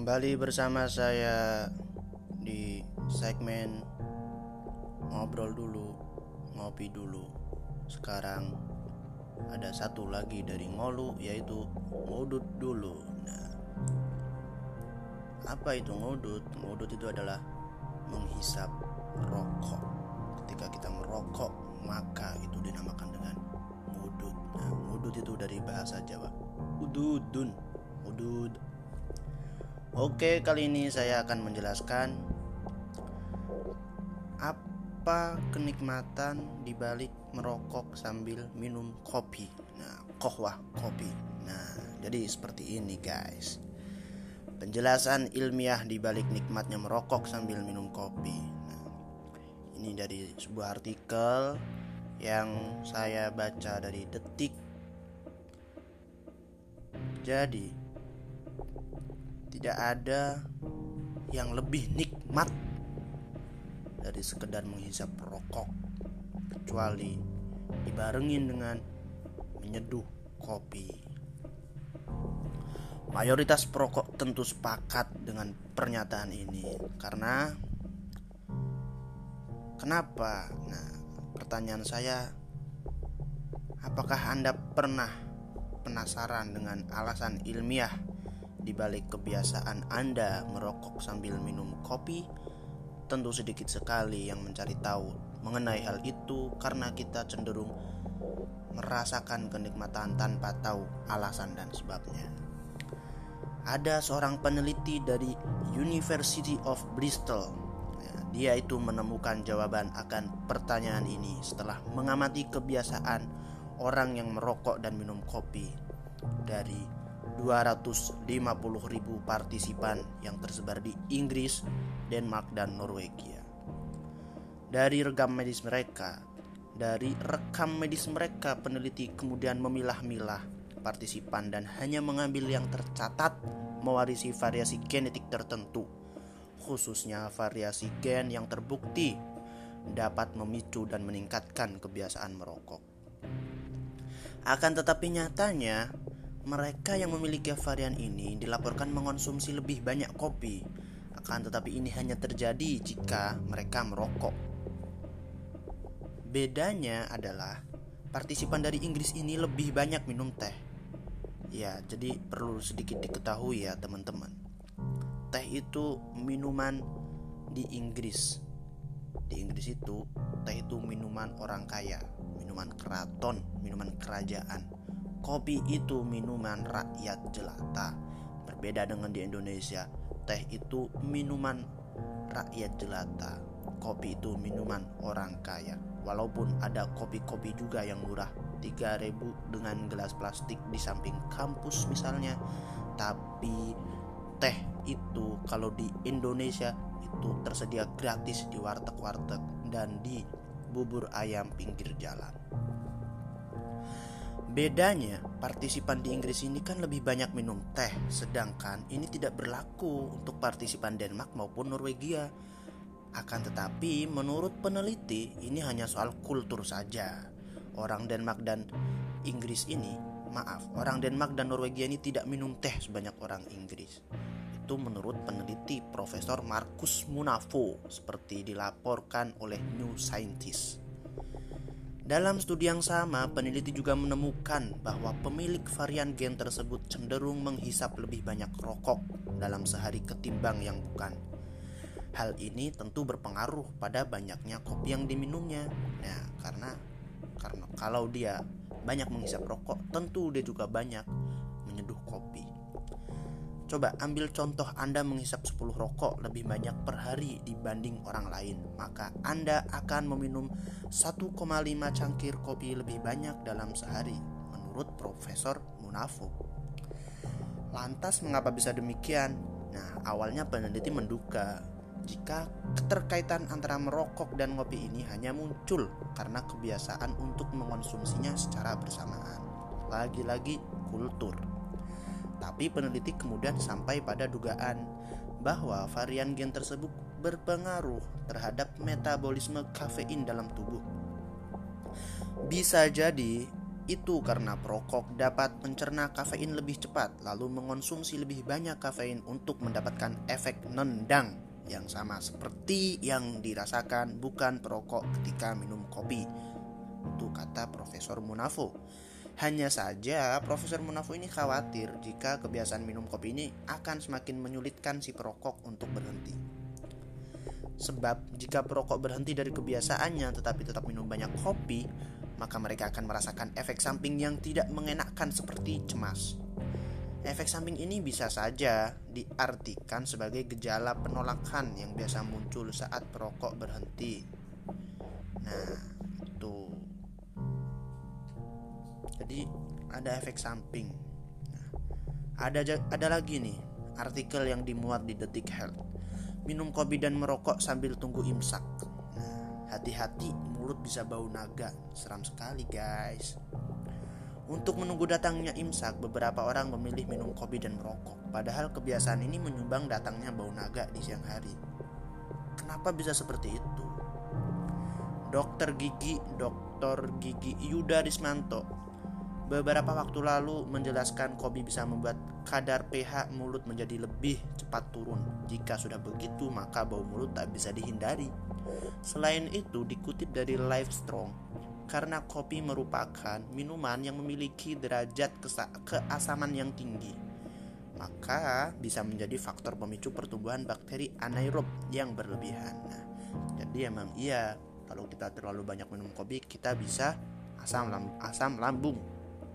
Kembali bersama saya di segmen ngobrol dulu, ngopi dulu. Sekarang ada satu lagi dari ngolu, yaitu ngudut dulu. Nah, apa itu ngudut? Ngudut itu adalah menghisap rokok. Ketika kita merokok, maka itu dinamakan dengan ngudut. Nah, ngudut itu dari bahasa Jawa ududun, udud. Oke, kali ini saya akan menjelaskan apa kenikmatan dibalik merokok sambil minum kopi. Nah, kohwah kopi. Nah, jadi seperti ini guys. Penjelasan ilmiah dibalik nikmatnya merokok sambil minum kopi. Nah, ini dari sebuah artikel yang saya baca dari Detik. Jadi tidak ada yang lebih nikmat dari sekedar menghisap rokok kecuali dibarengin dengan menyeduh kopi. Mayoritas perokok tentu sepakat dengan pernyataan ini. Karena kenapa? Nah, pertanyaan saya, apakah Anda pernah penasaran dengan alasan ilmiah di balik kebiasaan Anda merokok sambil minum kopi? Tentu sedikit sekali yang mencari tahu mengenai hal itu karena kita cenderung merasakan kenikmatan tanpa tahu alasan dan sebabnya. Ada seorang peneliti dari University of Bristol. Dia itu menemukan jawaban akan pertanyaan ini setelah mengamati kebiasaan orang yang merokok dan minum kopi dari 250.000 partisipan yang tersebar di Inggris, Denmark, dan Norwegia. Dari rekam medis mereka, peneliti kemudian memilah-milah partisipan dan hanya mengambil yang tercatat mewarisi variasi genetik tertentu, khususnya variasi gen yang terbukti dapat memicu dan meningkatkan kebiasaan merokok. Akan tetapi nyatanya, mereka yang memiliki varian ini dilaporkan mengonsumsi lebih banyak kopi. Akan tetapi ini hanya terjadi jika mereka merokok. Bedanya adalah partisipan dari Inggris ini lebih banyak minum teh. Ya, jadi perlu sedikit diketahui ya teman-teman. Teh itu minuman di Inggris. Di Inggris itu teh itu minuman orang kaya, minuman keraton, minuman kerajaan. Kopi itu minuman rakyat jelata. Berbeda dengan di Indonesia, teh itu minuman rakyat jelata, kopi itu minuman orang kaya. Walaupun ada kopi-kopi juga yang murah 3.000 dengan gelas plastik di samping kampus misalnya, tapi teh itu kalau di Indonesia itu tersedia gratis di warteg-warteg dan di bubur ayam pinggir jalan. Bedanya, partisipan di Inggris ini kan lebih banyak minum teh, sedangkan ini tidak berlaku untuk partisipan Denmark maupun Norwegia. Akan tetapi, menurut peneliti, ini hanya soal kultur saja. Orang Denmark dan Norwegia ini tidak minum teh sebanyak orang Inggris. Itu menurut peneliti Profesor Markus Munafo, seperti dilaporkan oleh New Scientist. Dalam studi yang sama, peneliti juga menemukan bahwa pemilik varian gen tersebut cenderung menghisap lebih banyak rokok dalam sehari ketimbang yang bukan. Hal ini tentu berpengaruh pada banyaknya kopi yang diminumnya. Nah, karena kalau dia banyak menghisap rokok, tentu dia juga banyak menyeduh kopi. Coba ambil contoh Anda menghisap 10 rokok lebih banyak per hari dibanding orang lain, maka Anda akan meminum 1,5 cangkir kopi lebih banyak dalam sehari, menurut Profesor Munafo. Lantas mengapa bisa demikian? Nah, awalnya peneliti menduga jika keterkaitan antara merokok dan kopi ini hanya muncul karena kebiasaan untuk mengonsumsinya secara bersamaan. Lagi-lagi kultur. Tapi peneliti kemudian sampai pada dugaan bahwa varian gen tersebut berpengaruh terhadap metabolisme kafein dalam tubuh. Bisa jadi Itu karena perokok dapat mencerna kafein lebih cepat, lalu mengonsumsi lebih banyak kafein untuk mendapatkan efek nendang yang sama seperti yang dirasakan bukan perokok ketika minum kopi. Itu kata Profesor Munafo. Hanya saja Profesor Munafo ini khawatir jika kebiasaan minum kopi ini akan semakin menyulitkan si perokok untuk berhenti. Sebab jika perokok berhenti dari kebiasaannya tetapi tetap minum banyak kopi, maka mereka akan merasakan efek samping yang tidak mengenakan seperti cemas. Efek samping ini bisa saja diartikan sebagai gejala penolakan yang biasa muncul saat perokok berhenti. Nah, itu. Jadi ada efek samping. Nah, ada lagi nih artikel yang dimuat di Detik Health. Minum kopi dan merokok sambil tunggu imsak. Nah, hati-hati, mulut bisa bau naga. Seram sekali guys. Untuk menunggu datangnya imsak, beberapa orang memilih minum kopi dan merokok. Padahal kebiasaan ini menyumbang datangnya bau naga di siang hari. Kenapa bisa seperti itu? Dr. Gigi Yuda Rismanto beberapa waktu lalu menjelaskan kopi bisa membuat kadar pH mulut menjadi lebih cepat turun. Jika sudah begitu, maka bau mulut tak bisa dihindari. Selain itu, dikutip dari Livestrong, karena kopi merupakan minuman yang memiliki derajat keasaman yang tinggi, maka bisa menjadi faktor pemicu pertumbuhan bakteri anaerob yang berlebihan. Nah, jadi emang iya, kalau kita terlalu banyak minum kopi, kita bisa asam lambung.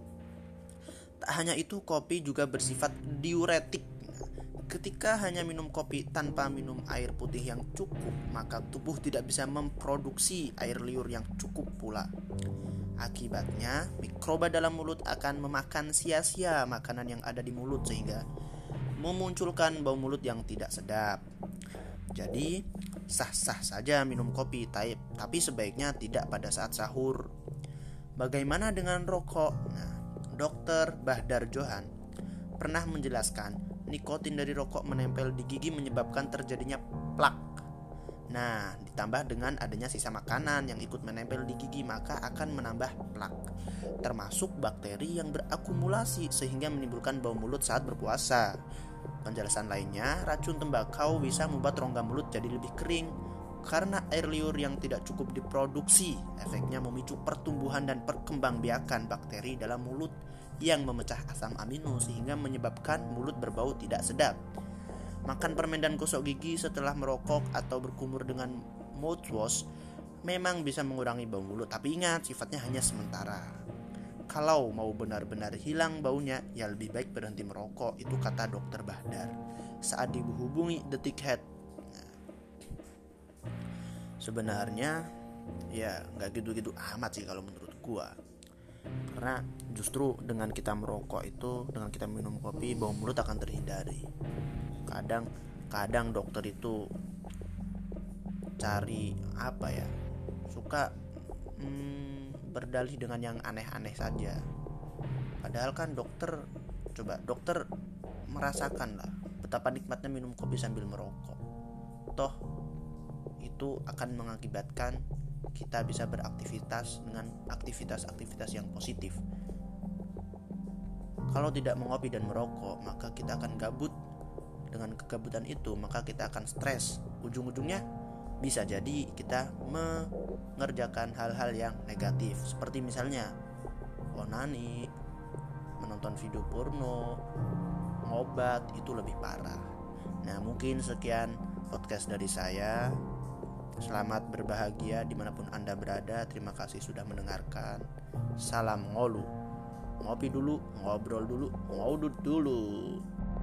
Tak hanya itu, kopi juga bersifat diuretik. Ketika hanya minum kopi tanpa minum air putih yang cukup, maka tubuh tidak bisa memproduksi air liur yang cukup pula. Akibatnya, mikroba dalam mulut akan memakan sia-sia makanan yang ada di mulut sehingga memunculkan bau mulut yang tidak sedap. Jadi, sah-sah saja minum kopi, tapi sebaiknya tidak pada saat sahur. Bagaimana dengan rokok? Nah, Dr. Bahdar Johan pernah menjelaskan nikotin dari rokok menempel di gigi menyebabkan terjadinya plak. Nah, ditambah dengan adanya sisa makanan yang ikut menempel di gigi, maka akan menambah plak, termasuk bakteri yang berakumulasi sehingga menimbulkan bau mulut saat berpuasa. Penjelasan lainnya, racun tembakau bisa membuat rongga mulut jadi lebih kering karena air liur yang tidak cukup diproduksi. Efeknya memicu pertumbuhan dan perkembangbiakan bakteri dalam mulut yang memecah asam amino sehingga menyebabkan mulut berbau tidak sedap. Makan permen dan gosok gigi setelah merokok atau berkumur dengan mouthwash memang bisa mengurangi bau mulut, tapi ingat, sifatnya hanya sementara. Kalau mau benar-benar hilang baunya, ya lebih baik berhenti merokok. Itu kata Dr. Bahdar saat dihubungi Detik Health. Sebenarnya ya nggak gitu-gitu amat sih kalau menurut gua, karena justru dengan kita merokok itu, dengan kita minum kopi, bau mulut akan terhindari. Kadang dokter itu cari apa ya, suka berdalih dengan yang aneh-aneh saja. Padahal kan dokter merasakan lah betapa nikmatnya minum kopi sambil merokok. Toh itu akan mengakibatkan kita bisa beraktivitas dengan aktivitas-aktivitas yang positif. Kalau tidak mengopi dan merokok, maka kita akan gabut. Dengan kegabutan itu, maka kita akan stres. Ujung-ujungnya bisa jadi kita mengerjakan hal-hal yang negatif, seperti misalnya onani, menonton video porno, ngobat, itu lebih parah. Nah, mungkin sekian podcast dari saya. Selamat berbahagia dimanapun Anda berada. Terima kasih sudah mendengarkan. Salam ngolu. Ngopi dulu, ngobrol dulu, ngaudut dulu.